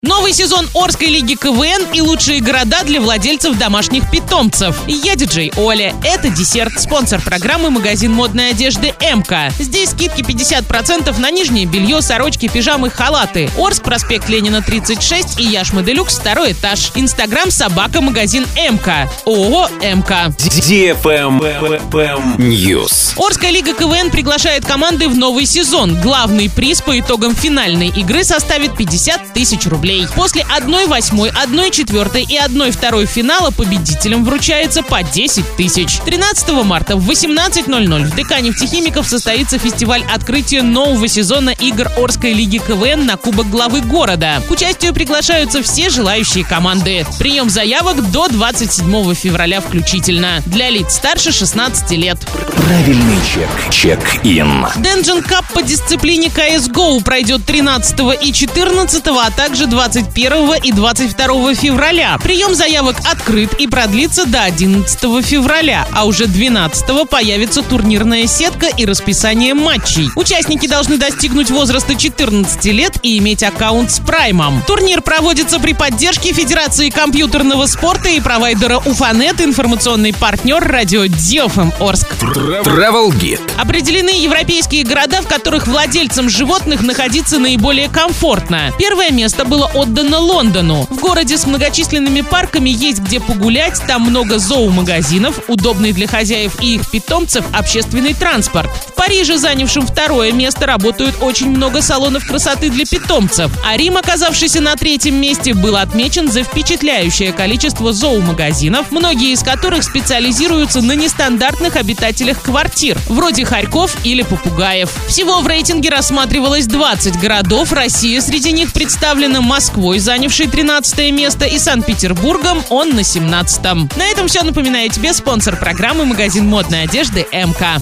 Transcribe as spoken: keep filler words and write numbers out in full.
Новый сезон Орской лиги КВН и лучшие города для владельцев домашних питомцев. Я диджей Оля. Это десерт. Спонсор программы — магазин модной одежды МК. Здесь скидки пятьдесят процентов на нижнее белье, сорочки, пижамы, халаты. Орск, проспект Ленина, тридцать шесть и Яшма Делюкс, второй этаж. Инстаграм — собака магазин МК. ООО МК. News. Орская лига КВН приглашает команды в новый сезон. Главный приз по итогам финальной игры составит пятьдесят тысяч рублей. После одной восьмой, одной четвертой и одной второй финала победителям вручается по десять тысяч. тринадцатого марта в восемнадцать ноль ноль в ДК «Нефтехимиков» состоится фестиваль открытия нового сезона игр Орской лиги КВН на Кубок главы города. К участию приглашаются все желающие команды. Прием заявок до двадцать седьмого февраля включительно. Для лиц старше шестнадцати лет. Правильный чек. Чек-ин. Dungeon Cup по дисциплине си эс го пройдет тринадцатого и четырнадцатого, а также двадцать первого и двадцать второго февраля. Прием заявок открыт и продлится до одиннадцатого февраля, а уже двенадцатого появится турнирная сетка и расписание матчей. Участники должны достигнуть возраста четырнадцати лет и иметь аккаунт с Праймом. Турнир проводится при поддержке Федерации компьютерного спорта и провайдера Уфанет, информационный партнер радио ди эф эм Орск. Travel Guide. Определены европейские города, в которых владельцам животных находиться наиболее комфортно. Первое место было отдано Лондону. В городе с многочисленными парками есть где погулять, там много зоомагазинов, удобный для хозяев и их питомцев общественный транспорт. В Париже, занявшем второе место, работают очень много салонов красоты для питомцев. А Рим, оказавшийся на третьем месте, был отмечен за впечатляющее количество зоомагазинов, многие из которых специализируются на нестандартных обитателях квартир, вроде хорьков или попугаев. Всего в рейтинге рассматривалось двадцать городов. Россия среди них представлена Москвой, занявшей тринадцатое место, и Санкт-Петербургом, он на семнадцатом. На этом все. Напоминаю тебе, спонсор программы — магазин модной одежды МК.